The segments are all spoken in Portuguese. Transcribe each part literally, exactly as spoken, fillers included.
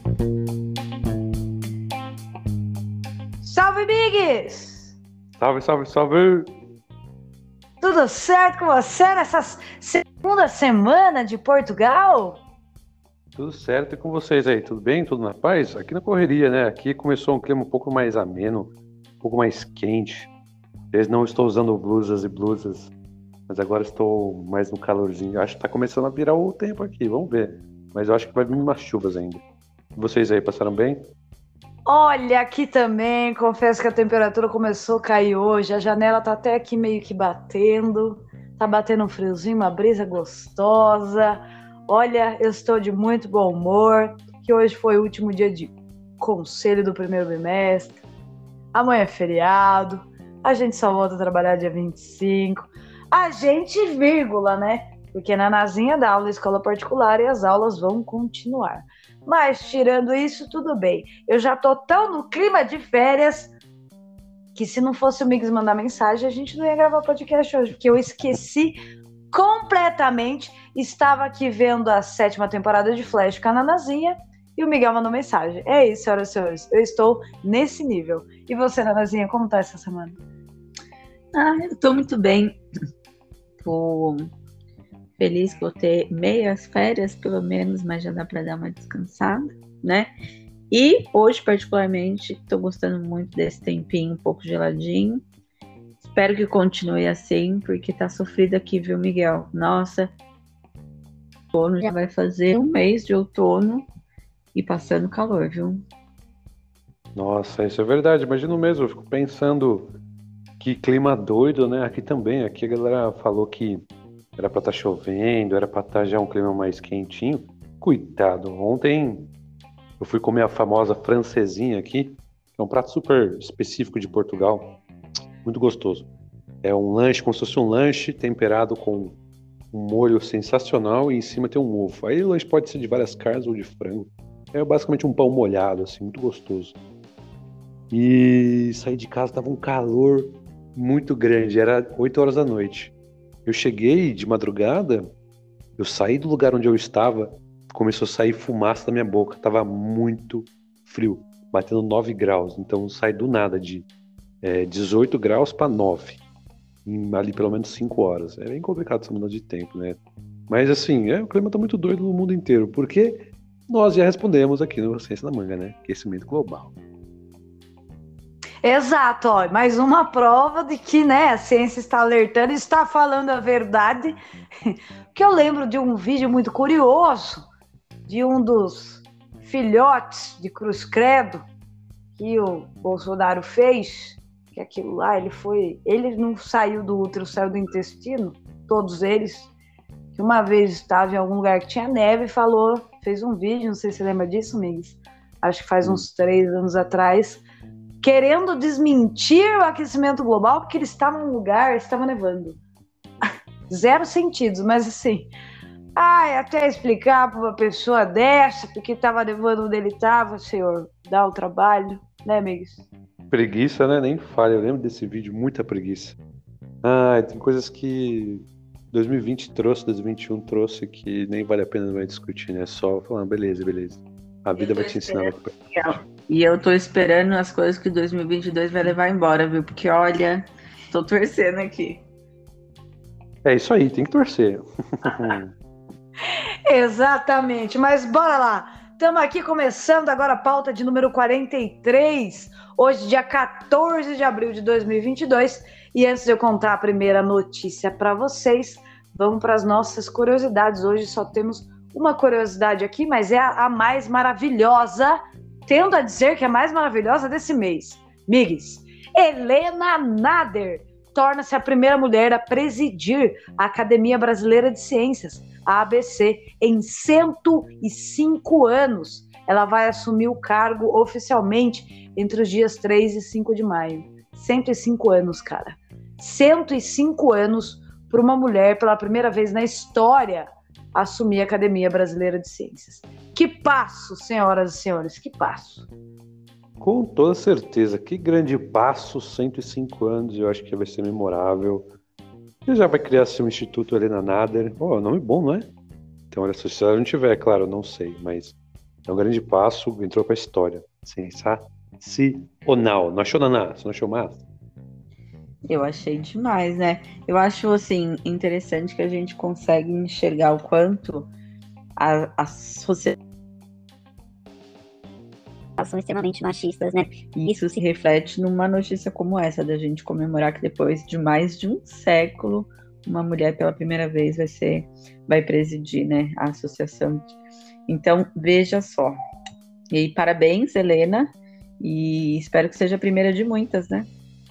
Salve, Bigs! Salve, salve, salve! Tudo certo com você nessa segunda semana de Portugal? Tudo certo e com vocês aí, tudo bem? Tudo na paz? Aqui na correria, né? Aqui começou um clima um pouco mais ameno, um pouco mais quente. Eu não estou usando blusas e blusas, mas agora estou mais no calorzinho. Acho que tá começando a virar o tempo aqui, vamos ver. Mas eu acho que vai vir umas chuvas ainda. E vocês aí, passaram bem? Olha, aqui também, confesso que a temperatura começou a cair hoje, a janela tá até aqui meio que batendo, tá batendo um friozinho, uma brisa gostosa. Olha, eu estou de muito bom humor, que hoje foi o último dia de conselho do primeiro bimestre, amanhã é feriado, a gente só volta a trabalhar dia vinte e cinco, a gente, vírgula, né? Porque na Nazinha dá aula em escola particular e as aulas vão continuar. Mas, tirando isso, tudo bem. Eu já tô tão no clima de férias que se não fosse o Migs mandar mensagem, a gente não ia gravar podcast hoje, porque eu esqueci completamente. Estava aqui vendo a sétima temporada de Flash com a Nanazinha e o Miguel mandou mensagem. É isso, senhoras e senhores. Eu estou nesse nível. E você, Nanazinha, como tá essa semana? Ah, eu tô muito bem. Tô feliz que vou ter meias férias, pelo menos, mas já dá para dar uma descansada, né? E hoje, particularmente, tô gostando muito desse tempinho um pouco geladinho. Espero que continue assim, porque tá sofrido aqui, viu, Miguel? Nossa, outono já vai fazer um mês de outono e passando calor, viu? Nossa, isso é verdade, imagino mesmo, eu fico pensando que clima doido, né? Aqui também, aqui a galera falou que era pra estar chovendo, era pra estar já um clima mais quentinho. Coitado, ontem eu fui comer a famosa francesinha aqui, que é um prato super específico de Portugal, muito gostoso. É um lanche, como se fosse um lanche temperado com um molho sensacional e em cima tem um ovo. Aí o lanche pode ser de várias carnes ou de frango. É basicamente um pão molhado, assim, muito gostoso. E saí de casa, tava um calor muito grande, era oito horas da noite. Eu cheguei de madrugada, eu saí do lugar onde eu estava, começou a sair fumaça da minha boca, tava muito frio, batendo nove graus, então sai do nada de é, dezoito graus para nove, em ali pelo menos cinco horas. É bem complicado essa mudança de tempo, né? Mas assim, é, o clima tá muito doido no mundo inteiro, porque nós já respondemos aqui no Ciência na Manga, né? Aquecimento global. Exato, ó, mais uma prova de que, né, a ciência está alertando e está falando a verdade. Que eu lembro de um vídeo muito curioso de um dos filhotes de Cruz Credo que o Bolsonaro fez, que aquilo lá, ele foi, ele não saiu do útero, saiu do intestino, todos eles, que uma vez estava em algum lugar que tinha neve e falou, fez um vídeo, não sei se você lembra disso, Migs, acho que faz uns três anos atrás, querendo desmentir o aquecimento global, porque ele estava num lugar, estava nevando. Zero sentidos, mas assim, ai, até explicar para uma pessoa dessa, porque estava nevando onde ele estava, senhor, dá o trabalho, né, amigos? Preguiça, né? Nem falha, eu lembro desse vídeo, muita preguiça. Ah, tem coisas que dois mil e vinte trouxe, dois mil e vinte e um trouxe que nem vale a pena mais discutir, né? Só falando, beleza, beleza. A vida vai te ensinar daqui pra frente. E eu tô esperando as coisas que dois mil e vinte e dois vai levar embora, viu? Porque, olha, tô torcendo aqui. É isso aí, tem que torcer. Exatamente, mas bora lá. Estamos aqui começando agora a pauta de número quarenta e três, hoje dia quatorze de abril de dois mil e vinte e dois. E antes de eu contar a primeira notícia para vocês, vamos para as nossas curiosidades. Hoje só temos uma curiosidade aqui, mas é a, a mais maravilhosa, tendo a dizer que é a mais maravilhosa desse mês. Migs, Helena Nader torna-se a primeira mulher a presidir a Academia Brasileira de Ciências, a A B C, em cento e cinco anos. Ela vai assumir o cargo oficialmente entre os dias três e cinco de maio. cento e cinco anos, cara. cento e cinco anos para uma mulher, pela primeira vez na história, assumir a Academia Brasileira de Ciências. Que passo, senhoras e senhores, que passo. Com toda certeza, que grande passo, cento e cinco anos, eu acho que vai ser memorável. Ele já vai criar seu Instituto Helena Nader. Oh, nome bom, não é? Então, olha, se ela não tiver, claro, eu não sei, mas É um grande passo, entrou para a história. Sensacional. Não achou, Naná? Você não achou massa? Eu achei demais, né? Eu acho, assim, interessante que a gente consegue enxergar o quanto a, a sociedade são extremamente machistas, né? E isso se reflete numa notícia como essa, da gente comemorar que depois de mais de um século, uma mulher pela primeira vez vai ser, vai presidir, né, a associação. Então, veja só. E parabéns, Helena, e espero que seja a primeira de muitas, né?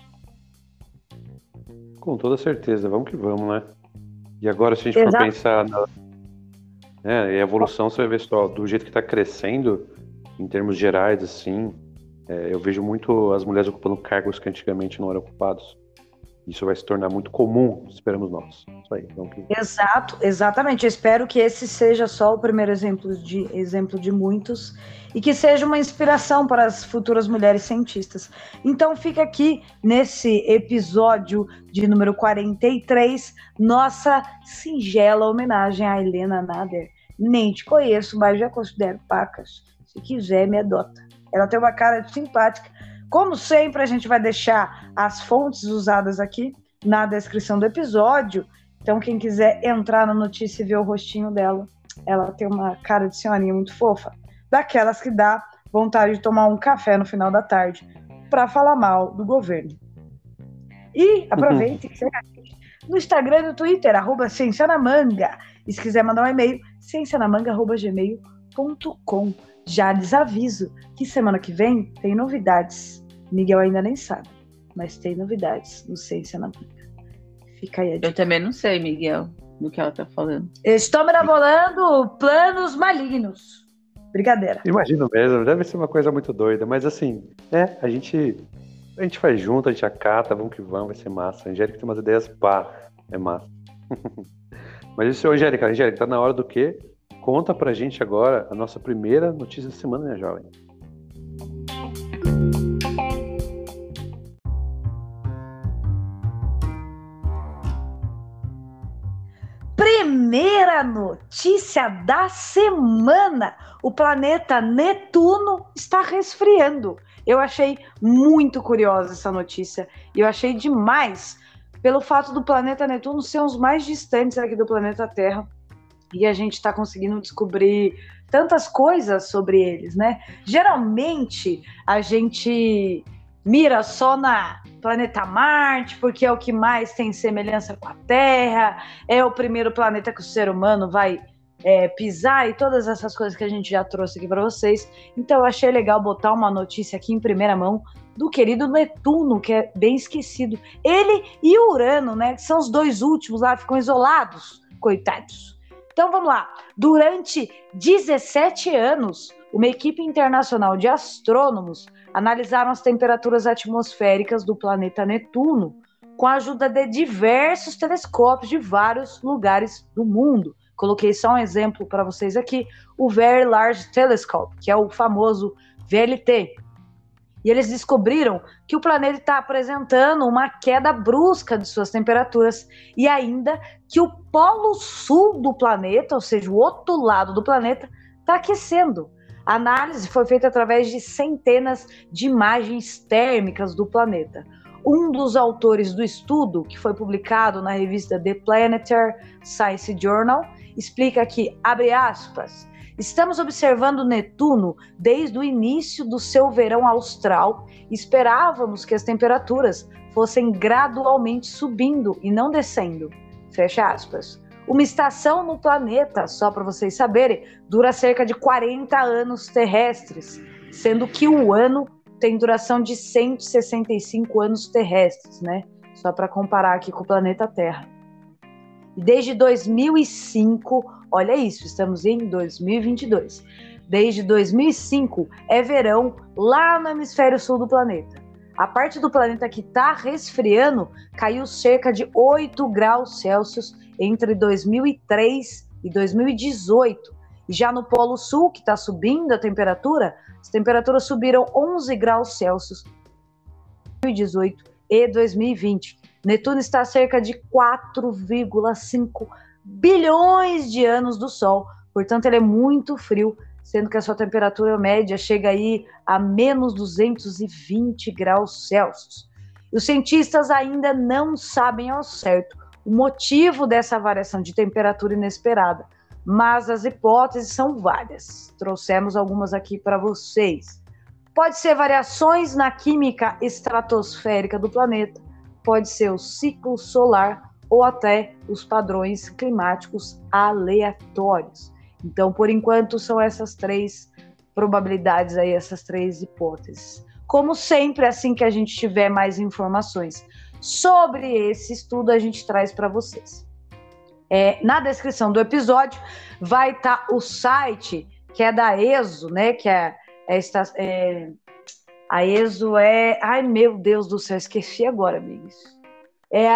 Com toda certeza, vamos que vamos, né? E agora, se a gente Exato. for pensar na né, a evolução, você vai ver só, do jeito que está crescendo, em termos gerais, assim, é, eu vejo muito as mulheres ocupando cargos que antigamente não eram ocupados. Isso vai se tornar muito comum, esperamos nós. Isso aí, vamos que... Exato, exatamente. Eu espero que esse seja só o primeiro exemplo de, exemplo de muitos e que seja uma inspiração para as futuras mulheres cientistas. Então fica aqui, nesse episódio de número quarenta e três, nossa singela homenagem a Helena Nader. Nem te conheço, mas já considero pacas. Se quiser, me adota. Ela tem uma cara simpática. Como sempre, a gente vai deixar as fontes usadas aqui na descrição do episódio. Então, quem quiser entrar na notícia e ver o rostinho dela, ela tem uma cara de senhorinha muito fofa. Daquelas que dá vontade de tomar um café no final da tarde para falar mal do governo. E aproveite que você no Instagram e no Twitter, arroba Ciência na Manga. E se quiser mandar um e-mail, ciencianamanga arroba gmail ponto com. Já lhes aviso que semana que vem tem novidades. Miguel ainda nem sabe, mas tem novidades no Ciência na Manga. Fica aí a dica. Eu também não sei, Miguel, do que ela tá falando. Estou me elaborando planos malignos. Brincadeira. Imagino mesmo, deve ser uma coisa muito doida, mas assim, é, a gente, a gente faz junto, a gente acata, vamos que vamos, vai ser massa. A Angélica tem umas ideias, pá, é massa. Mas isso, Angélica, Angélica, tá na hora do quê? Conta pra gente agora a nossa primeira notícia da semana, né, jovem? Primeira notícia da semana: o planeta Netuno está resfriando. Eu achei muito curiosa essa notícia e eu achei demais pelo fato do planeta Netuno ser um dos mais distantes aqui do planeta Terra e a gente está conseguindo descobrir tantas coisas sobre eles, né? Geralmente a gente mira só na planeta Marte, porque é o que mais tem semelhança com a Terra, é o primeiro planeta que o ser humano vai é, pisar e todas essas coisas que a gente já trouxe aqui para vocês. Então eu achei legal botar uma notícia aqui em primeira mão do querido Netuno, que é bem esquecido. Ele e Urano, né, que são os dois últimos lá, ficam isolados, coitados. Então vamos lá. Durante dezessete anos, uma equipe internacional de astrônomos analisaram as temperaturas atmosféricas do planeta Netuno com a ajuda de diversos telescópios de vários lugares do mundo. Coloquei só um exemplo para vocês aqui, o Very Large Telescope, que é o famoso V L T. E eles descobriram que o planeta está apresentando uma queda brusca de suas temperaturas e ainda que o polo sul do planeta, ou seja, o outro lado do planeta, está aquecendo. A análise foi feita através de centenas de imagens térmicas do planeta. Um dos autores do estudo, que foi publicado na revista The Planetary Science Journal, explica que, abre aspas, estamos observando Netuno desde o início do seu verão austral e esperávamos que as temperaturas fossem gradualmente subindo e não descendo. Fecha aspas. Uma estação no planeta, só para vocês saberem, dura cerca de quarenta anos terrestres, sendo que o ano tem duração de cento e sessenta e cinco anos terrestres, né? Só para comparar aqui com o planeta Terra. E desde dois mil e cinco, olha isso, estamos em dois mil e vinte e dois. Desde dois mil e cinco é verão lá no hemisfério sul do planeta. A parte do planeta que está resfriando caiu cerca de oito graus Celsius entre dois mil e três e dois mil e dezoito. E já no Polo Sul, que está subindo a temperatura, as temperaturas subiram onze graus Celsius em dois mil e dezoito e dois mil e vinte. Netuno está a cerca de quatro vírgula cinco bilhões de anos do Sol, portanto ele é muito frio, sendo que a sua temperatura média chega aí a menos duzentos e vinte graus Celsius. E os cientistas ainda não sabem ao certo o motivo dessa variação de temperatura inesperada, mas as hipóteses são várias. Trouxemos algumas aqui para vocês. Pode ser variações na química estratosférica do planeta, pode ser o ciclo solar ou até os padrões climáticos aleatórios. Então, por enquanto, são essas três probabilidades aí, essas três hipóteses. Como sempre, assim que a gente tiver mais informações sobre esse estudo, a gente traz para vocês. É, na descrição do episódio vai estar tá o site que é da E S O, né? Que é, é, é a E S O é, ai meu Deus do céu, esqueci agora, amigos. É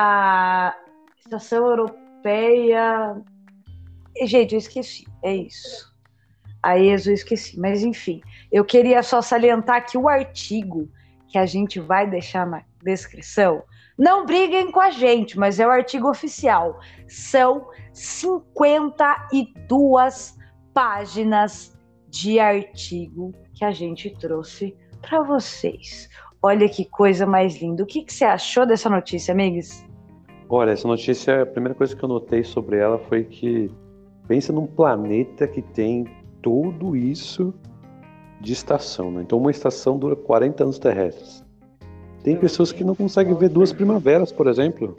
a Estação Europeia. Gente, eu esqueci, é isso. A E S O eu esqueci, mas enfim, eu queria só salientar que o artigo que a gente vai deixar na descrição, não briguem com a gente, mas é o artigo oficial. São cinquenta e duas páginas de artigo que a gente trouxe para vocês. Olha que coisa mais linda. O que, que você achou dessa notícia, amigos? Olha, essa notícia, a primeira coisa que eu notei sobre ela foi que pensa num planeta que tem tudo isso de estação, né? Então uma estação dura quarenta anos terrestres. Tem pessoas que não conseguem ver duas primaveras, por exemplo.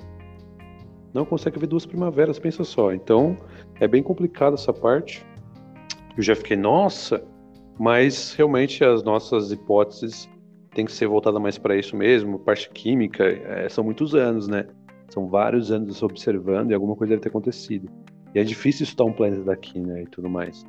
Não conseguem ver duas primaveras, pensa só. Então, é bem complicado essa parte. Eu já fiquei, nossa, mas realmente as nossas hipóteses têm que ser voltadas mais para isso mesmo. Parte química, é, são muitos anos, né? São vários anos observando e alguma coisa deve ter acontecido. E é difícil estudar um planeta daqui, né? E tudo mais.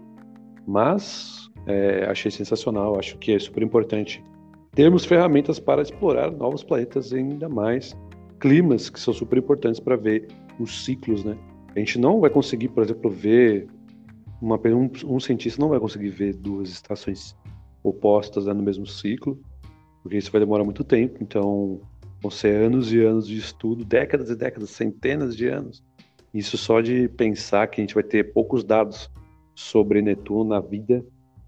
Mas, é, achei sensacional. Acho que é super importante termos ferramentas para explorar novos planetas e ainda mais climas, que são super importantes para ver os ciclos, né? A gente não vai conseguir, por exemplo, ver uma, um, um cientista não vai conseguir ver duas estações opostas, né, no mesmo ciclo, porque isso vai demorar muito tempo. Então vão ser anos e anos de estudo, décadas e décadas, centenas de anos. Isso só de pensar que a gente vai ter poucos dados sobre Netuno na vida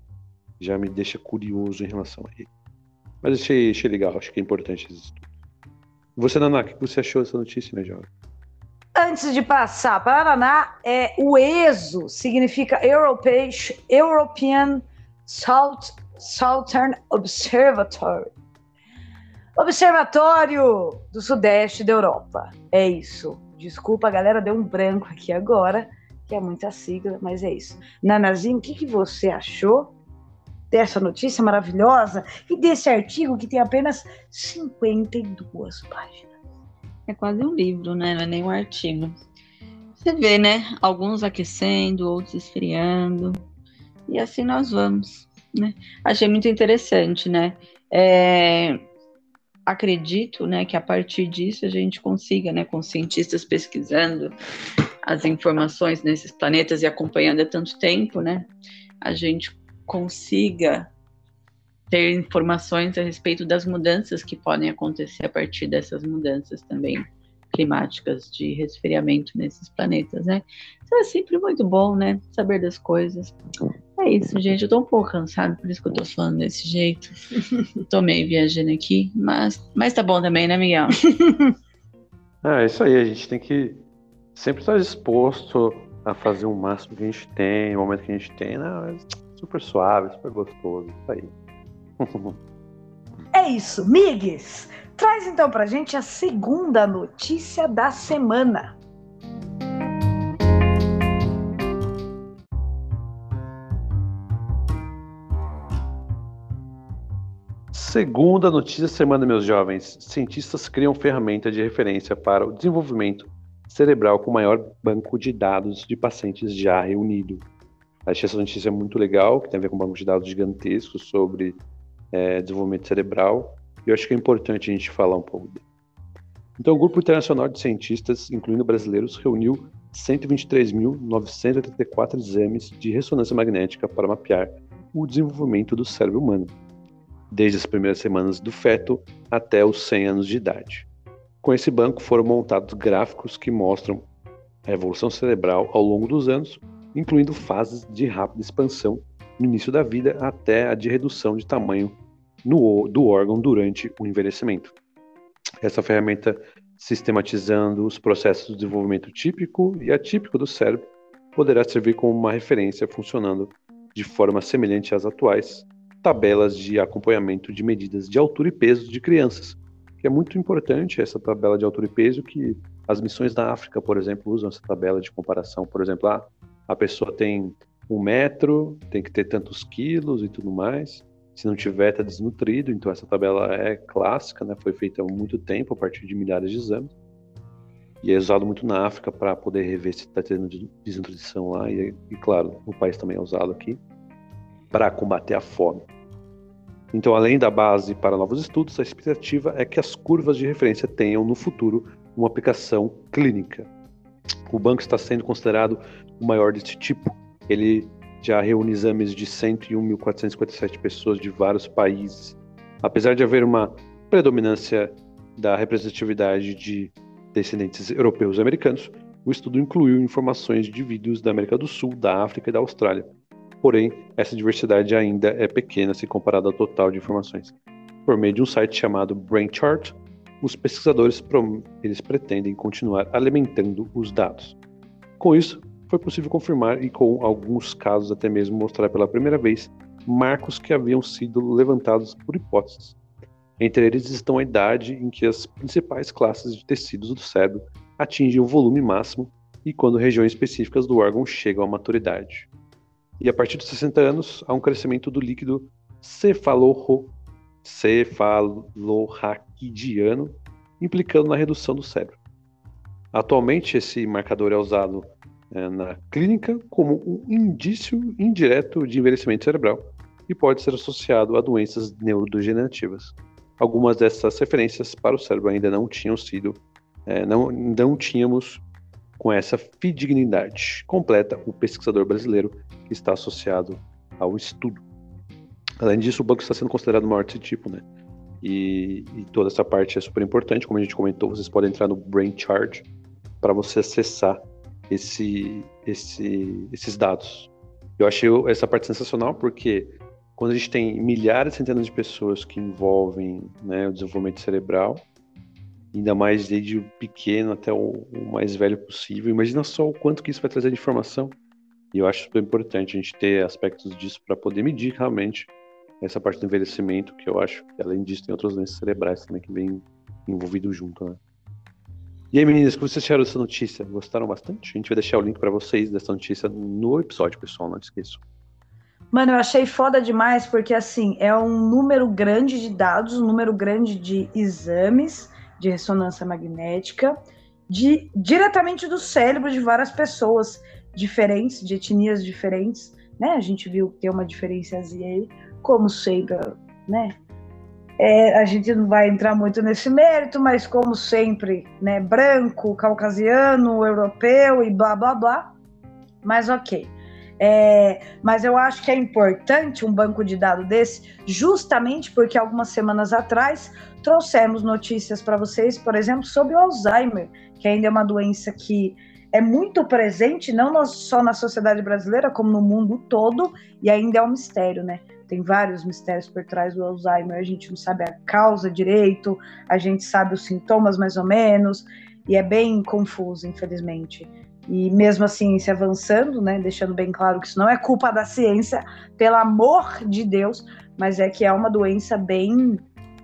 já me deixa curioso em relação a ele. Mas achei, achei legal, acho que é importante esse estudo. Você, Naná, o que você achou dessa notícia, minha jovem? Antes de passar para a Naná, é, o E S O significa European, European South, Southern Observatory. Observatório do Sudeste da Europa. É isso. Desculpa, a galera, deu um branco aqui agora, que é muita sigla, mas é isso. Nanazinho, o que, que você achou dessa notícia maravilhosa e desse artigo que tem apenas cinquenta e duas páginas? É quase um livro, né? Não é nem um artigo. Você vê, né? Alguns aquecendo, outros esfriando. E assim nós vamos, né? Achei muito interessante, né? É... Acredito, né, que a partir disso a gente consiga, né, com cientistas pesquisando as informações nesses planetas e acompanhando há tanto tempo, né, a gente consiga ter informações a respeito das mudanças que podem acontecer a partir dessas mudanças também climáticas de resfriamento nesses planetas, né? Então é sempre muito bom, né, saber das coisas. É isso, gente, eu tô um pouco cansada, por isso que eu tô falando desse jeito. Tô meio viajando aqui, mas, mas tá bom também, né, Miguel? Ah, é isso aí, a gente tem que sempre estar disposto a fazer o máximo que a gente tem, o momento que a gente tem, né? Super suave, super gostoso, isso aí. É isso, Migues! Traz então pra gente a segunda notícia da semana. Segunda notícia da semana, meus jovens. Cientistas criam ferramenta de referência para o desenvolvimento cerebral com maior banco de dados de pacientes já reunido. Achei essa notícia muito legal, que tem a ver com um banco de dados gigantesco sobre é, desenvolvimento cerebral. E eu acho que é importante a gente falar um pouco dele. Então, o Grupo Internacional de Cientistas, incluindo brasileiros, reuniu cento e vinte e três mil novecentos e oitenta e quatro exames de ressonância magnética para mapear o desenvolvimento do cérebro humano, desde as primeiras semanas do feto até os cem anos de idade. Com esse banco foram montados gráficos que mostram a evolução cerebral ao longo dos anos, incluindo fases de rápida expansão no início da vida até a de redução de tamanho no, do órgão durante o envelhecimento. Essa ferramenta, sistematizando os processos de desenvolvimento típico e atípico do cérebro, poderá servir como uma referência funcionando de forma semelhante às atuais tabelas de acompanhamento de medidas de altura e peso de crianças, que é muito importante essa tabela de altura e peso, que as missões da África, por exemplo, usam essa tabela de comparação. Por exemplo, ah, a pessoa tem um metro, tem que ter tantos quilos e tudo mais. Se não tiver, está desnutrido. Então essa tabela é clássica, né? Foi feita há muito tempo, a partir de milhares de exames. E é usado muito na África para poder rever se está tendo desnutrição lá. E, e, claro, no país também é usado aqui para combater a fome. Então, além da base para novos estudos, a expectativa é que as curvas de referência tenham, no futuro, uma aplicação clínica. O banco está sendo considerado o maior desse tipo. Ele já reúne exames de cento e um mil quatrocentas e cinquenta e sete pessoas de vários países. Apesar de haver uma predominância da representatividade de descendentes europeus e americanos, o estudo incluiu informações de indivíduos da América do Sul, da África e da Austrália. Porém, essa diversidade ainda é pequena se comparada ao total de informações. Por meio de um site chamado BrainChart, os pesquisadores eles pretendem continuar alimentando os dados. Com isso, foi possível confirmar e, com alguns casos, até mesmo mostrar pela primeira vez marcos que haviam sido levantados por hipóteses. Entre eles estão a idade em que as principais classes de tecidos do cérebro atingem o volume máximo e quando regiões específicas do órgão chegam à maturidade. E a partir dos sessenta anos, há um crescimento do líquido cefalorro, cefalorraquidiano, implicando na redução do cérebro. Atualmente, esse marcador é usado é, na clínica como um indício indireto de envelhecimento cerebral e pode ser associado a doenças neurodegenerativas. Algumas dessas referências para o cérebro ainda não tinham sido, é, não, não tínhamos com essa fidedignidade, completa o pesquisador brasileiro que está associado ao estudo. Além disso, o banco está sendo considerado o maior desse tipo, né? E, e toda essa parte é super importante, como a gente comentou, vocês podem entrar no BrainChart para você acessar esse, esse, esses dados. Eu achei essa parte sensacional porque quando a gente tem milhares, centenas de pessoas que envolvem, né, o desenvolvimento cerebral, ainda mais desde o pequeno até o, o mais velho possível, imagina só o quanto que isso vai trazer de informação. E eu acho super importante a gente ter aspectos disso para poder medir realmente essa parte do envelhecimento, que eu acho que, além disso, tem outras doenças cerebrais também que vêm envolvidos junto, né? E aí, meninas, o que vocês acharam dessa notícia? Gostaram bastante? A gente vai deixar o link para vocês dessa notícia no episódio, pessoal, não esqueçam. Mano, eu achei foda demais, porque, assim, é um número grande de dados, um número grande de exames de ressonância magnética, de, diretamente do cérebro de várias pessoas diferentes, de etnias diferentes, né? A gente viu que tem uma diferençazinha aí, como sempre, né? É, a gente não vai entrar muito nesse mérito, mas como sempre, né? Branco, caucasiano, europeu e blá, blá, blá. Mas ok. É, mas eu acho que é importante um banco de dados desse, justamente porque algumas semanas atrás trouxemos notícias para vocês, por exemplo, sobre o Alzheimer, que ainda é uma doença que é muito presente, não só na sociedade brasileira, como no mundo todo, e ainda é um mistério, né? Tem vários mistérios por trás do Alzheimer, a gente não sabe a causa direito, a gente sabe os sintomas mais ou menos, e é bem confuso, infelizmente. E mesmo a ciência avançando, né, deixando bem claro que isso não é culpa da ciência, pelo amor de Deus, mas é que é uma doença bem...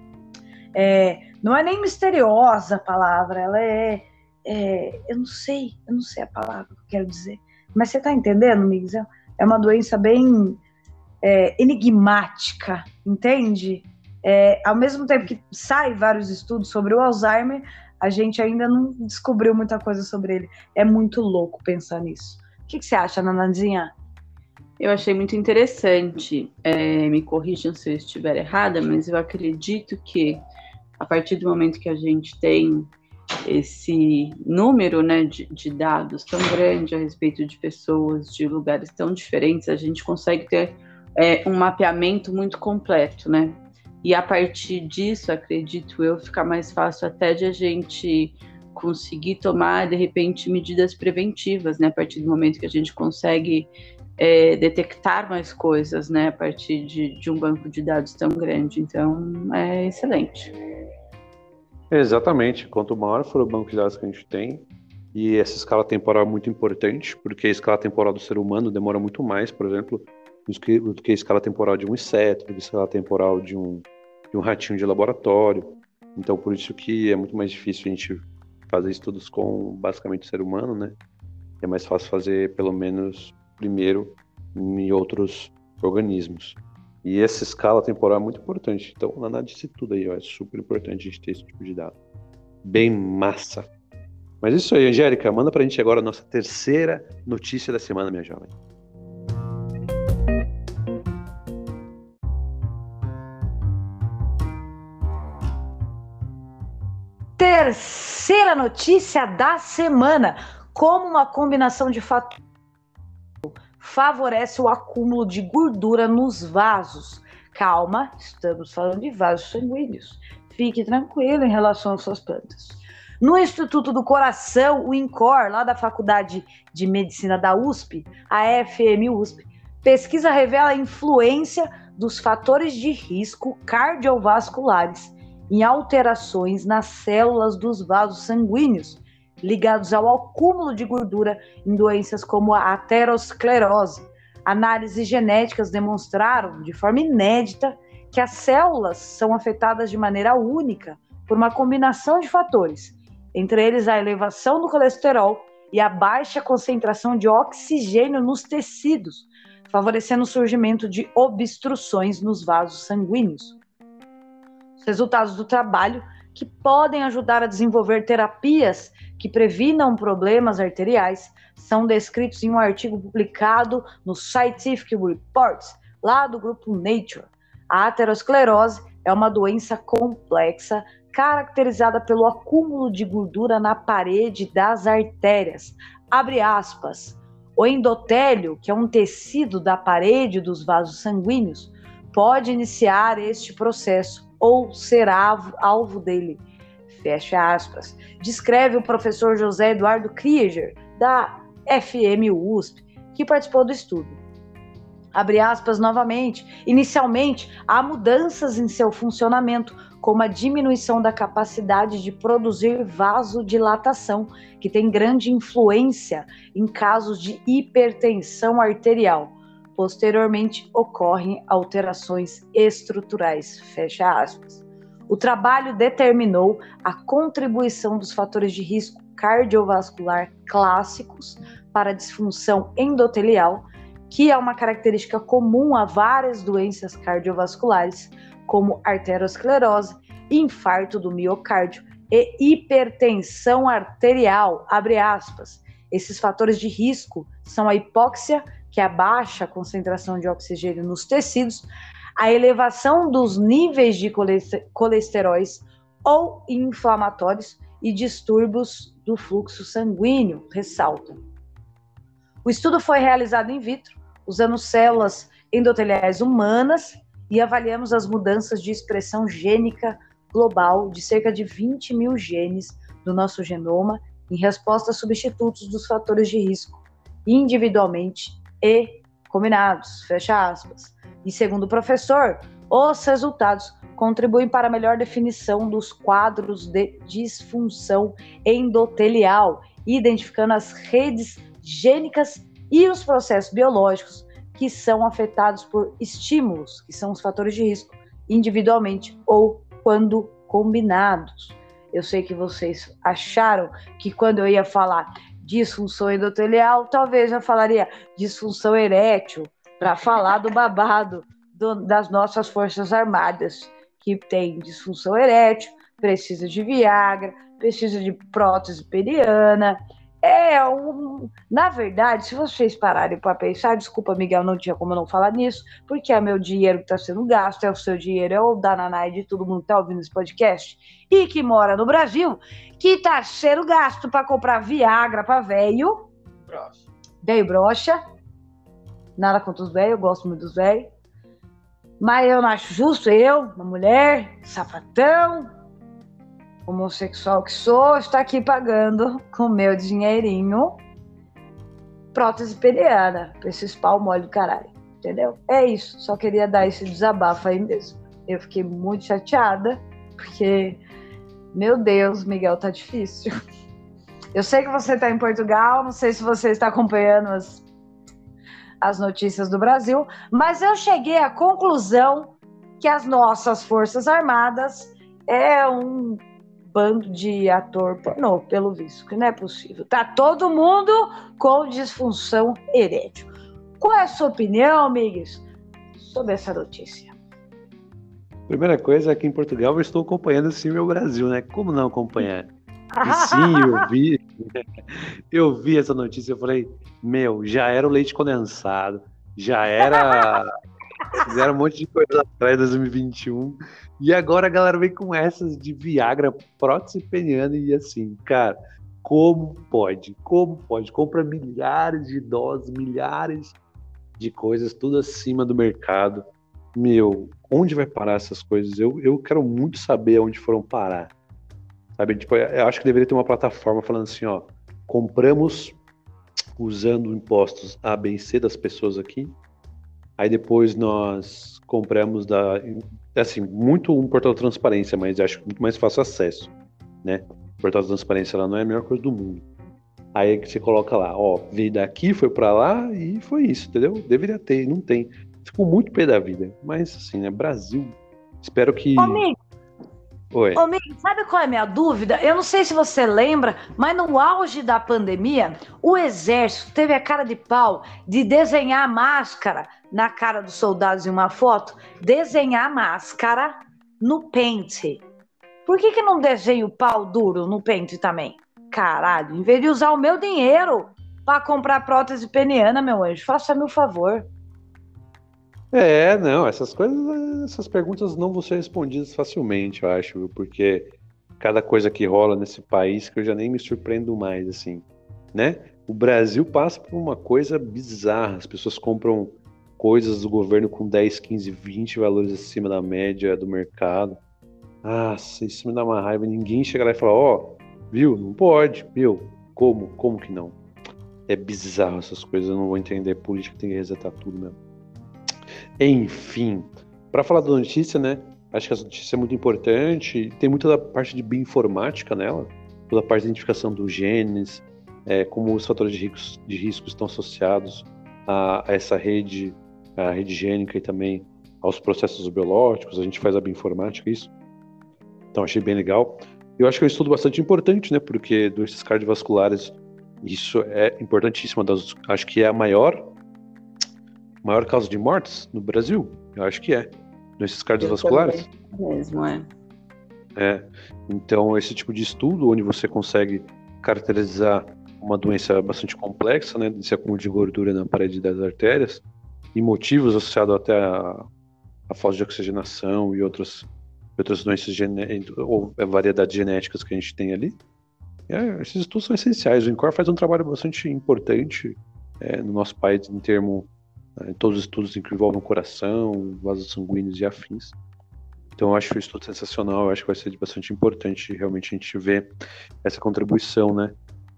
É, não é nem misteriosa a palavra, ela é, é... Eu não sei, eu não sei a palavra que eu quero dizer. Mas você tá entendendo, Miguel? É uma doença bem é, enigmática, entende? É, ao mesmo tempo que sai vários estudos sobre o Alzheimer, a gente ainda não descobriu muita coisa sobre ele. É muito louco pensar nisso. O que, que você acha, Nanandinha? Eu achei muito interessante. É, me corrijam se eu estiver errada, mas eu acredito que a partir do momento que a gente tem esse número, né, de, de dados tão grande a respeito de pessoas, de lugares tão diferentes, a gente consegue ter é, um mapeamento muito completo, né? E a partir disso, acredito eu, fica mais fácil até de a gente conseguir tomar, de repente, medidas preventivas, né? A partir do momento que a gente consegue é, detectar mais coisas, né, a partir de, de um banco de dados tão grande. Então, é excelente. Exatamente. Quanto maior for o banco de dados que a gente tem, e essa escala temporal é muito importante, porque a escala temporal do ser humano demora muito mais, por exemplo, do que, do que a escala temporal de um inseto, do que a escala temporal de um, de um ratinho de laboratório. Então, por isso que é muito mais difícil a gente fazer estudos com, basicamente, o ser humano, né? É mais fácil fazer, pelo menos, primeiro em outros organismos. E essa escala temporal é muito importante. Então, na análise de tudo aí, ó, é super importante a gente ter esse tipo de dado. Bem massa. Mas isso aí, Angélica, manda pra gente agora a nossa terceira notícia da semana, minha jovem. Terceira notícia da semana. Como uma combinação de fatores favorece o acúmulo de gordura nos vasos. Calma, estamos falando de vasos sanguíneos. Fique tranquilo em relação às suas plantas. No Instituto do Coração, o INCOR, lá da Faculdade de Medicina da U S P, a F M U S P, pesquisa revela a influência dos fatores de risco cardiovasculares em alterações nas células dos vasos sanguíneos, ligados ao acúmulo de gordura em doenças como a aterosclerose. Análises genéticas demonstraram, de forma inédita, que as células são afetadas de maneira única por uma combinação de fatores, entre eles a elevação do colesterol e a baixa concentração de oxigênio nos tecidos, favorecendo o surgimento de obstruções nos vasos sanguíneos. Os resultados do trabalho, que podem ajudar a desenvolver terapias que previnam problemas arteriais, são descritos em um artigo publicado no Scientific Reports, lá do grupo Nature. A aterosclerose é uma doença complexa caracterizada pelo acúmulo de gordura na parede das artérias. Abre aspas. O endotélio, que é um tecido da parede dos vasos sanguíneos, pode iniciar este processo ou ser alvo, alvo dele. Fecha aspas. Descreve o professor José Eduardo Krieger, da F M U S P, que participou do estudo. Abre aspas novamente. Inicialmente, há mudanças em seu funcionamento, como a diminuição da capacidade de produzir vasodilatação, que tem grande influência em casos de hipertensão arterial. Posteriormente, ocorrem alterações estruturais. Fecha aspas. O trabalho determinou a contribuição dos fatores de risco cardiovascular clássicos para a disfunção endotelial, que é uma característica comum a várias doenças cardiovasculares, como arteriosclerose, infarto do miocárdio e hipertensão arterial, abre aspas. Esses fatores de risco são a hipóxia, que é a baixa concentração de oxigênio nos tecidos, a elevação dos níveis de colesteróis ou inflamatórios e distúrbios do fluxo sanguíneo, ressaltam. O estudo foi realizado in vitro, usando células endoteliais humanas, e avaliamos as mudanças de expressão gênica global de cerca de vinte mil genes do nosso genoma em resposta a substitutos dos fatores de risco, individualmente e combinados, fecha aspas. E segundo o professor, os resultados contribuem para a melhor definição dos quadros de disfunção endotelial, identificando as redes gênicas e os processos biológicos que são afetados por estímulos, que são os fatores de risco, individualmente ou quando combinados. Eu sei que vocês acharam que quando eu ia falar disfunção endotelial, talvez eu falaria disfunção erétil, para falar do babado do, das nossas forças armadas, que tem disfunção erétil, precisa de Viagra, precisa de prótese peniana. É um... Na verdade, se vocês pararem para pensar, desculpa, Miguel, não tinha como eu não falar nisso, porque é meu dinheiro que está sendo gasto, é o seu dinheiro, é o da Nanai, de todo mundo que está ouvindo esse podcast, e que mora no Brasil, que está sendo gasto para comprar Viagra para velho. Broxa. Velho broxa. Nada contra os velhos, eu gosto muito dos velhos. Mas eu não acho justo eu, uma mulher, sapatão, homossexual que sou, estar aqui pagando com meu dinheirinho prótese peniana, pra esses pau mole do caralho, entendeu? É isso, só queria dar esse desabafo aí mesmo. Eu fiquei muito chateada, porque, meu Deus, Miguel, tá difícil. Eu sei que você tá em Portugal, não sei se você está acompanhando as, as notícias do Brasil, mas eu cheguei à conclusão que as nossas Forças Armadas é um bando de ator pornô, pelo visto, que não é possível. Tá todo mundo com disfunção erétil. Qual é a sua opinião, amigos, sobre essa notícia? Primeira coisa, aqui em Portugal eu estou acompanhando sim meu Brasil, né? Como não acompanhar? E sim, eu vi, eu vi essa notícia, eu falei, meu, já era o leite condensado, já era, fizeram um monte de coisa atrás de dois mil e vinte e um, e agora a galera vem com essas de Viagra, prótese peniana e assim, cara, como pode? Como pode? Compra milhares de doses, milhares de coisas, tudo acima do mercado. Meu, onde vai parar essas coisas? Eu, eu quero muito saber onde foram parar. Sabe? Tipo, eu acho que deveria ter uma plataforma falando assim, ó, compramos usando impostos A, B e C das pessoas aqui, aí depois nós compramos da, assim, muito um portal de transparência, mas acho muito mais fácil acesso, né? O portal de transparência lá não é a melhor coisa do mundo. Aí que você coloca lá, ó, veio daqui, foi pra lá e foi isso, entendeu? Deveria ter, não tem. Ficou muito pé da vida, mas assim, né, Brasil, espero que... Ô, amigo, Oi. Ô, Mico, sabe qual é a minha dúvida? Eu não sei se você lembra, mas no auge da pandemia, o exército teve a cara de pau de desenhar máscara na cara dos soldados em uma foto, desenhar máscara no pente. Por que que não desenha o pau duro no pente também? Caralho, em vez de usar o meu dinheiro para comprar prótese peniana, meu anjo, faça-me o favor. É, não, essas coisas, essas perguntas não vão ser respondidas facilmente, eu acho, porque cada coisa que rola nesse país que eu já nem me surpreendo mais, assim, né? O Brasil passa por uma coisa bizarra, as pessoas compram coisas do governo com dez, quinze, vinte valores acima da média do mercado. Ah, isso me dá uma raiva, ninguém chega lá e fala, ó, oh, viu, não pode, meu, como, como que não? É bizarro essas coisas, eu não vou entender, política tem que resetar tudo mesmo. Enfim, para falar da notícia, né? Acho que essa notícia é muito importante. Tem muita da parte de bioinformática nela, toda a parte de identificação dos genes, é, como os fatores de, riscos, de risco estão associados a, a essa rede, a rede gênica e também aos processos biológicos. A gente faz a bioinformática, isso. Então achei bem legal. Eu acho que é um estudo bastante importante, né? Porque doenças cardiovasculares, isso é importantíssimo. Das, acho que é a maior maior causa de mortes no Brasil, eu acho que é, doenças cardiovasculares. Mesmo, é. É. Então, esse tipo de estudo, onde você consegue caracterizar uma doença bastante complexa, né, desse acúmulo de gordura na parede das artérias, e motivos associados até a, a falta de oxigenação e outras, outras doenças genéticas, ou variedades genéticas que a gente tem ali, é, esses estudos são essenciais. O INCOR faz um trabalho bastante importante é, no nosso país, em termos em todos os estudos que envolvem o coração, vasos sanguíneos e afins. Então eu acho o estudo sensacional, eu acho que vai ser bastante importante realmente a gente ver essa contribuição, né?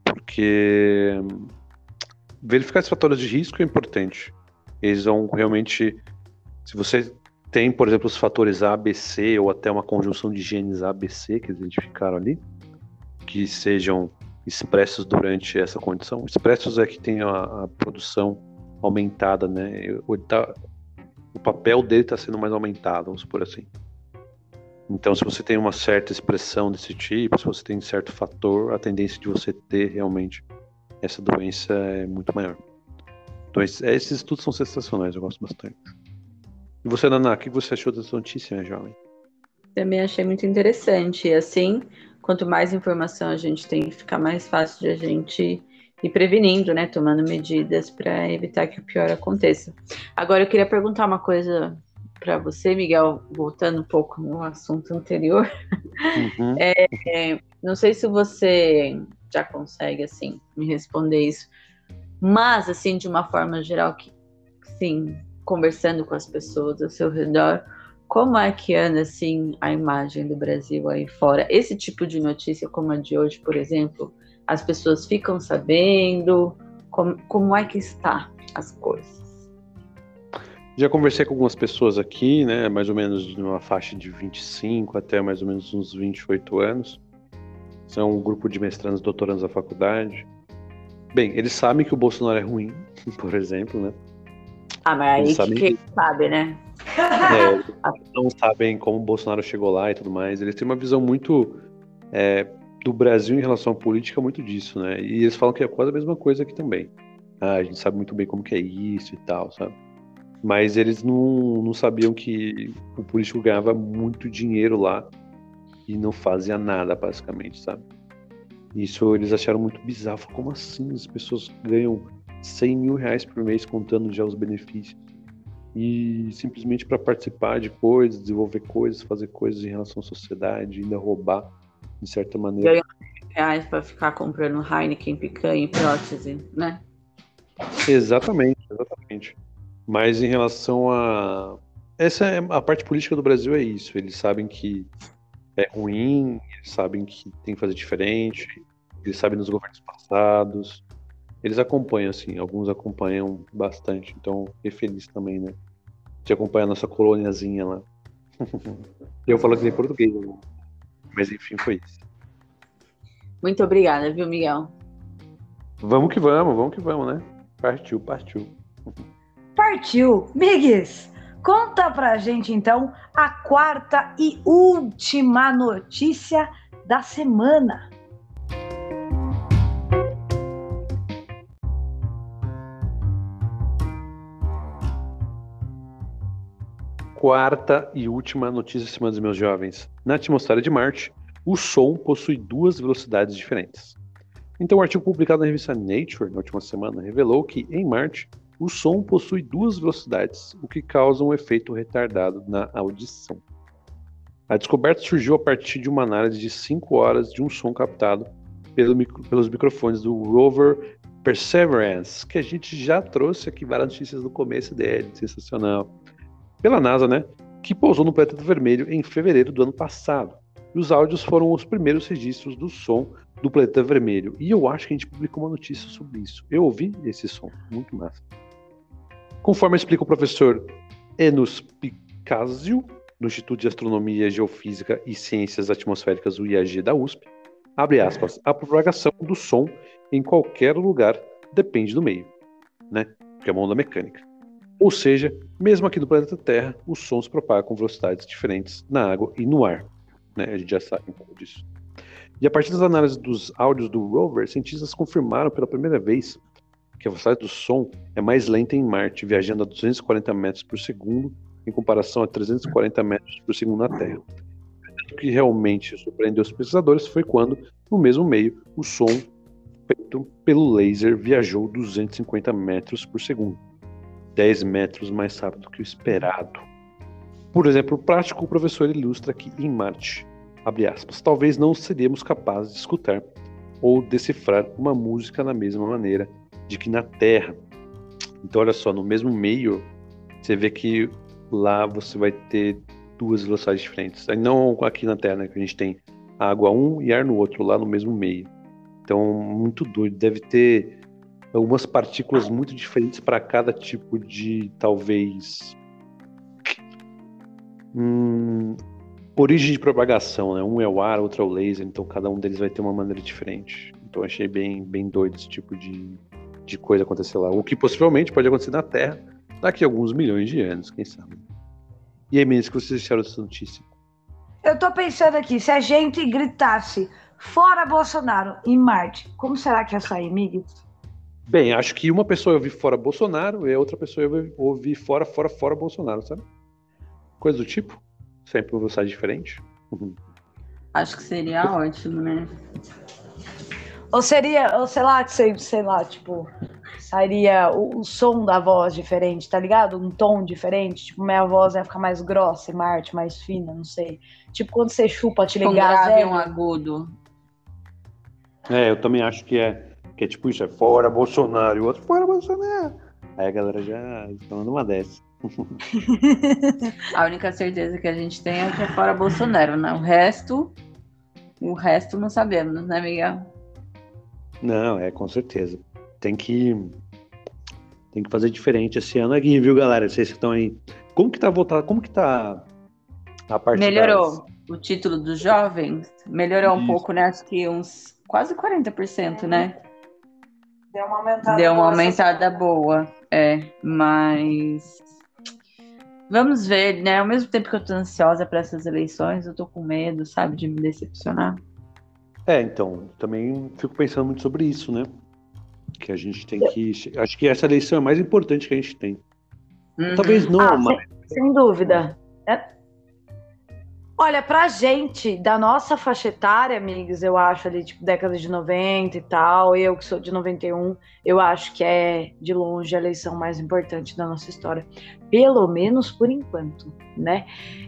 Porque verificar esses fatores de risco é importante. Eles vão realmente, se você tem, por exemplo, os fatores A, B, C, ou até uma conjunção de genes A, B, C que eles identificaram ali, que sejam expressos durante essa condição. Expressos é que tem a, a produção aumentada, né? O, tá, o papel dele está sendo mais aumentado, vamos supor assim. Então, se você tem uma certa expressão desse tipo, se você tem certo fator, a tendência de você ter realmente essa doença é muito maior. Então, esses estudos são sensacionais, eu gosto bastante. E você, Naná, o que você achou dessa notícia, né, jovem? Também achei muito interessante. E assim, quanto mais informação a gente tem, fica mais fácil de a gente e prevenindo, né, tomando medidas para evitar que o pior aconteça. Agora eu queria perguntar uma coisa para você, Miguel, voltando um pouco no assunto anterior. Uhum. É, é, não sei se você já consegue, assim, me responder isso, mas, assim, de uma forma geral, que, sim, conversando com as pessoas ao seu redor, como é que anda, assim, a imagem do Brasil aí fora? Esse tipo de notícia, como a de hoje, por exemplo, as pessoas ficam sabendo, Como, como é que está as coisas? Já conversei com algumas pessoas aqui, né? Mais ou menos numa faixa de vinte e cinco até mais ou menos uns vinte e oito anos. São um grupo de mestrandos e doutorandos da faculdade. Bem, eles sabem que o Bolsonaro é ruim, por exemplo, né? Ah, mas aí Eles que sabem quem que- sabe, né? É, eles não sabem como o Bolsonaro chegou lá e tudo mais. Eles têm uma visão muito é, do Brasil em relação à política, muito disso, né? E eles falam que é quase a mesma coisa aqui também. Ah, a gente sabe muito bem como que é isso e tal, sabe? Mas eles não, não sabiam que o político ganhava muito dinheiro lá e não fazia nada, basicamente, sabe? Isso eles acharam muito bizarro. Falaram, como assim? As pessoas ganham cem mil reais por mês contando já os benefícios. E simplesmente para participar de coisas, desenvolver coisas, fazer coisas em relação à sociedade, ainda roubar, de certa maneira. Ganham reais pra ficar comprando Heineken, picanha e prótese, né? Exatamente, exatamente. Mas em relação a. Essa é a parte política do Brasil, é isso. Eles sabem que é ruim, eles sabem que tem que fazer diferente, eles sabem dos governos passados. Eles acompanham, assim, alguns acompanham bastante, então fiquei feliz também, né? De acompanhar a nossa colôniazinha lá. Eu falo que nem português, né? Mas enfim, foi isso. Muito obrigada, viu, Miguel? Vamos que vamos, vamos que vamos, né? Partiu, partiu. Partiu! Biggs, conta pra gente então a quarta e última notícia da semana. Quarta e última notícia, semana dos meus jovens. Na atmosfera de Marte, o som possui duas velocidades diferentes. Então, um artigo publicado na revista Nature na última semana revelou que, em Marte, o som possui duas velocidades, o que causa um efeito retardado na audição. A descoberta surgiu a partir de uma análise de cinco horas de um som captado pelo micro, pelos microfones do rover Perseverance, que a gente já trouxe aqui várias notícias no começo dele, sensacional. Pela NASA, né, que pousou no planeta vermelho em fevereiro do ano passado. E os áudios foram os primeiros registros do som do planeta vermelho. E eu acho que a gente publicou uma notícia sobre isso. Eu ouvi esse som, muito massa. Conforme explica o professor Enos Picasio, do Instituto de Astronomia, Geofísica e Ciências Atmosféricas, o I A G da U S P, abre aspas, a propagação do som em qualquer lugar depende do meio, né, que é uma onda mecânica. Ou seja, mesmo aqui no planeta Terra, o som se propaga com velocidades diferentes na água e no ar. Né? A gente já sabe um pouco disso. E a partir das análises dos áudios do rover, cientistas confirmaram pela primeira vez que a velocidade do som é mais lenta em Marte, viajando a duzentos e quarenta metros por segundo, em comparação a trezentos e quarenta metros por segundo na Terra. O que realmente surpreendeu os pesquisadores foi quando, no mesmo meio, o som feito pelo laser viajou duzentos e cinquenta metros por segundo. dez metros mais rápido que o esperado. Por exemplo, prático, o professor ilustra que em Marte, abre aspas, talvez não seríamos capazes de escutar ou decifrar uma música da mesma maneira de que na Terra. Então, olha só, no mesmo meio, você vê que lá você vai ter duas velocidades diferentes. Aí não aqui na Terra, né, que a gente tem água um e ar no outro, lá no mesmo meio. Então, muito doido. Deve ter algumas partículas muito diferentes para cada tipo de, talvez, hum, origem de propagação, né? Um é o ar, outro é o laser, então cada um deles vai ter uma maneira diferente. Então achei bem, bem doido esse tipo de, de coisa acontecer lá. O que possivelmente pode acontecer na Terra daqui a alguns milhões de anos, quem sabe. E aí, meninas, o que vocês acharam dessa notícia? Eu tô pensando aqui, se a gente gritasse fora Bolsonaro em Marte, como será que ia sair, Miguel? Bem, acho que uma pessoa ia ouvir fora Bolsonaro e a outra pessoa ia ouvir fora, fora, fora Bolsonaro, sabe? Coisa do tipo. Sempre uma velocidade diferente. Uhum. Acho que seria ótimo, né? Ou seria, ou sei lá, sei, sei lá, tipo, sairia o, o som da voz diferente, tá ligado? Um tom diferente. Tipo, minha voz ia ficar mais grossa e Marte mais fina, não sei. Tipo, quando você chupa, te Um ligar, grave e Zé. um agudo. É, eu também acho que é, que é tipo isso, é fora Bolsonaro e o outro fora Bolsonaro. Aí a galera já está dando uma dessa. A única certeza que a gente tem é que é fora Bolsonaro, né? O resto, o resto não sabemos, né, Miguel? Não, é com certeza. tem que tem que fazer diferente esse ano aqui, viu, galera? Vocês que estão aí. Como que tá voltado? Como que tá a parte Melhorou das... o título dos jovens? Melhorou um Isso. pouco, né? Acho que uns quase quarenta por cento, né? Deu uma aumentada. Deu uma boa aumentada essa- boa, é, mas vamos ver, né? Ao mesmo tempo que eu tô ansiosa para essas eleições, eu tô com medo, sabe, de me decepcionar. É, então, também fico pensando muito sobre isso, né? Que a gente tem que... Acho que essa eleição é a mais importante que a gente tem. Uhum. Talvez não, Ah, mas... sem, sem dúvida. É. Olha, pra gente, da nossa faixa etária, amigos, eu acho ali, tipo, década de noventa e tal, eu que sou de noventa e um, eu acho que é, de longe, a eleição mais importante da nossa história. Pelo menos por enquanto, né?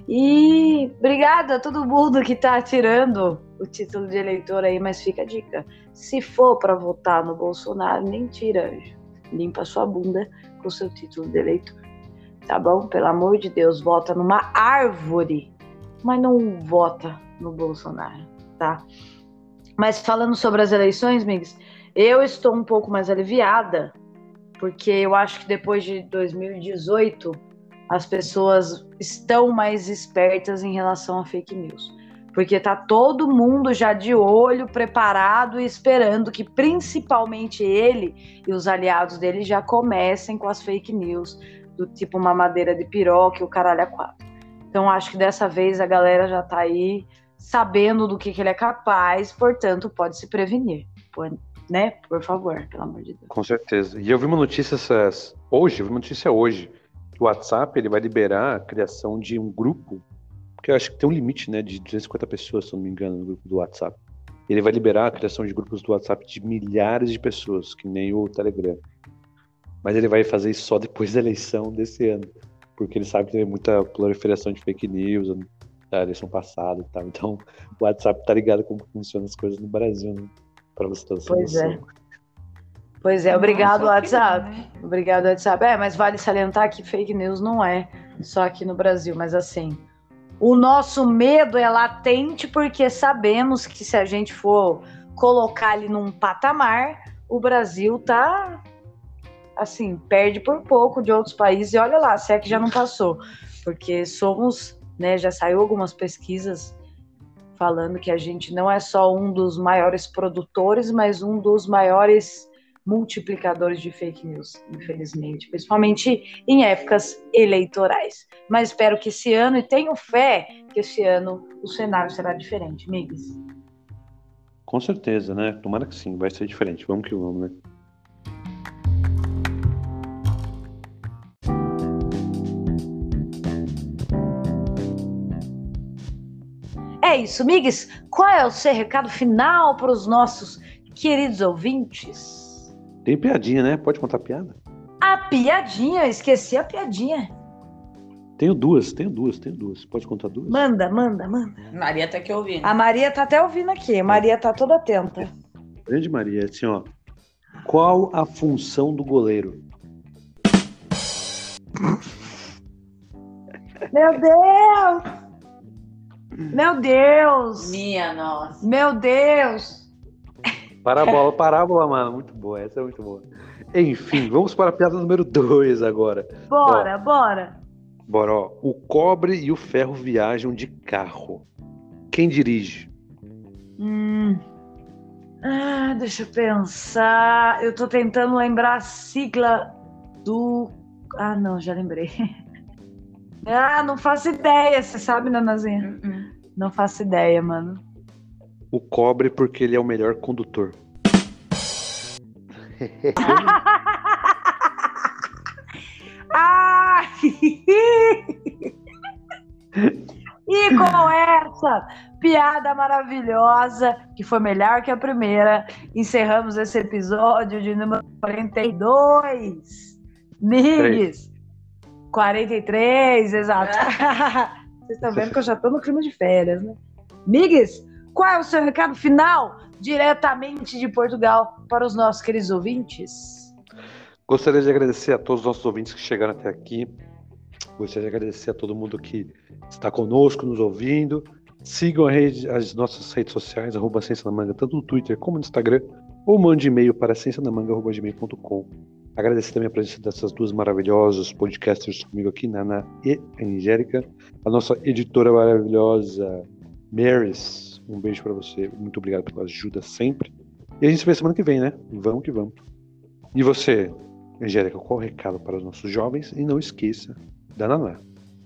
E obrigada a todo mundo que tá tirando o título de eleitor aí, mas fica a dica. Se for pra votar no Bolsonaro, nem tira, anjo. Limpa sua bunda com o seu título de eleitor. Tá bom? Pelo amor de Deus, vota numa árvore, mas não vota no Bolsonaro, tá? Mas falando sobre as eleições, amigos, eu estou um pouco mais aliviada, porque eu acho que depois de dois mil e dezoito, as pessoas estão mais espertas em relação a fake news. Porque tá todo mundo já de olho, preparado e esperando que principalmente ele e os aliados dele já comecem com as fake news, do tipo mamadeira de piroca e o caralho a quatro. Então, acho que dessa vez a galera já tá aí sabendo do que, que ele é capaz, portanto, pode se prevenir. Por, né? Por favor, pelo amor de Deus. Com certeza. E eu vi uma notícia essas... hoje, eu vi uma notícia hoje, que o WhatsApp ele vai liberar a criação de um grupo, porque eu acho que tem um limite, né, de duzentas e cinquenta pessoas, se eu não me engano, no grupo do WhatsApp. Ele vai liberar a criação de grupos do WhatsApp de milhares de pessoas, que nem o Telegram. Mas ele vai fazer isso só depois da eleição desse ano, porque ele sabe que tem muita proliferação de fake news da eleição passada e tal. Então, o WhatsApp tá ligado como funcionam as coisas no Brasil, né? Pra você ter essa Pois noção. é. Pois é, obrigado, Nossa, WhatsApp. que bom, né? Obrigado, WhatsApp. É, mas vale salientar que fake news não é só aqui no Brasil, mas assim, o nosso medo é latente porque sabemos que se a gente for colocar ele num patamar, o Brasil tá, assim, perde por pouco de outros países. E olha lá, se é que já não passou. Porque somos, né, já saiu algumas pesquisas falando que a gente não é só um dos maiores produtores, mas um dos maiores multiplicadores de fake news, infelizmente, principalmente em épocas eleitorais. Mas espero que esse ano, e tenho fé que esse ano o cenário será diferente, amigos. Com certeza, né? Tomara que sim, vai ser diferente. Vamos que vamos, né? É isso, amigos. Qual é o seu recado final para os nossos queridos ouvintes? Tem piadinha, né? Pode contar piada? A piadinha, esqueci a piadinha. Tenho duas, tenho duas, tenho duas. Pode contar duas? Manda, manda, manda. Maria tá aqui ouvindo. A Maria tá até ouvindo aqui. A Maria tá toda atenta. Grande Maria, assim, ó. Qual a função do goleiro? Meu Deus! Meu Deus! Minha nossa. Meu Deus! Parábola, parábola, mano. Muito boa, essa é muito boa. Enfim, vamos para a piada número dois agora. Bora, bora! Bora, ó. O cobre e o ferro viajam de carro. Quem dirige? Hum. Ah, deixa eu pensar. Eu tô tentando lembrar a sigla do... Ah, não, já lembrei. Ah, não faço ideia. Você sabe, Nanazinha? Uh-uh. Não faço ideia, mano. O cobre porque ele é o melhor condutor. Ah! E com essa piada maravilhosa, que foi melhor que a primeira, encerramos esse episódio de número quarenta e dois. Migues! quarenta e três, exato. Vocês estão vendo que eu já tô no clima de férias, né? Migues, qual é o seu recado final, diretamente de Portugal, para os nossos queridos ouvintes? Gostaria de agradecer a todos os nossos ouvintes que chegaram até aqui. Gostaria de agradecer a todo mundo que está conosco, nos ouvindo. Sigam a rede, as nossas redes sociais, arroba Ciência na Manga, tanto no Twitter como no Instagram. ou mande e-mail para ciencianamanga arroba gmail ponto com. Agradecer também a presença dessas duas maravilhosas podcasters comigo aqui, Nana e Angélica. A nossa editora maravilhosa, Marys. Um beijo para você. Muito obrigado pela ajuda sempre. E a gente se vê semana que vem, né? Vamos que vamos. E você, Angélica, qual o recado para os nossos jovens? E não esqueça da Naná.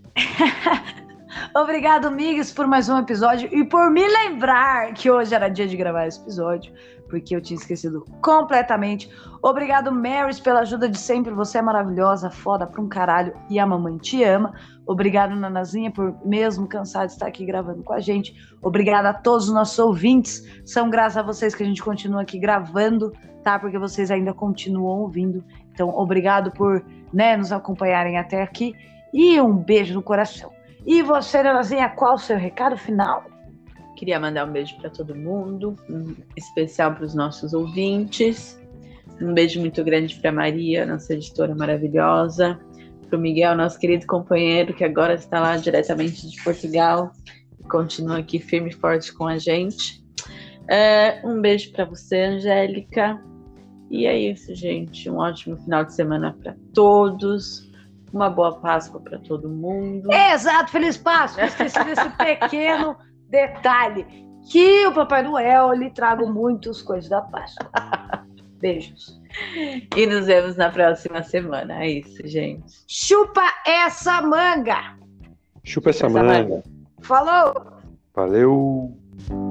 Obrigado, Migs, por mais um episódio e por me lembrar que hoje era dia de gravar esse episódio, porque eu tinha esquecido completamente. Obrigado, Marys, pela ajuda de sempre. Você é maravilhosa, foda pra um caralho e a mamãe te ama. Obrigado, Nanazinha, por mesmo cansado de estar aqui gravando com a gente. Obrigada a todos os nossos ouvintes. São graças a vocês que a gente continua aqui gravando, tá? Porque vocês ainda continuam ouvindo. Então, obrigado por, né, nos acompanharem até aqui. E um beijo no coração. E você, Nanazinha, qual o seu recado final? Queria mandar um beijo para todo mundo, um especial para os nossos ouvintes. Um beijo muito grande para Maria, nossa editora maravilhosa. Para o Miguel, nosso querido companheiro, que agora está lá diretamente de Portugal. E continua aqui firme e forte com a gente. É, um beijo para você, Angélica. E é isso, gente. Um ótimo final de semana para todos. Uma boa Páscoa para todo mundo. Exato, Feliz Páscoa. Esqueci desse pequeno detalhe. Que o Papai Noel lhe traga muitos coisas da Páscoa. Beijos. E nos vemos na próxima semana. É isso, gente. Chupa essa manga. Chupa essa, essa manga. manga. Falou. Valeu.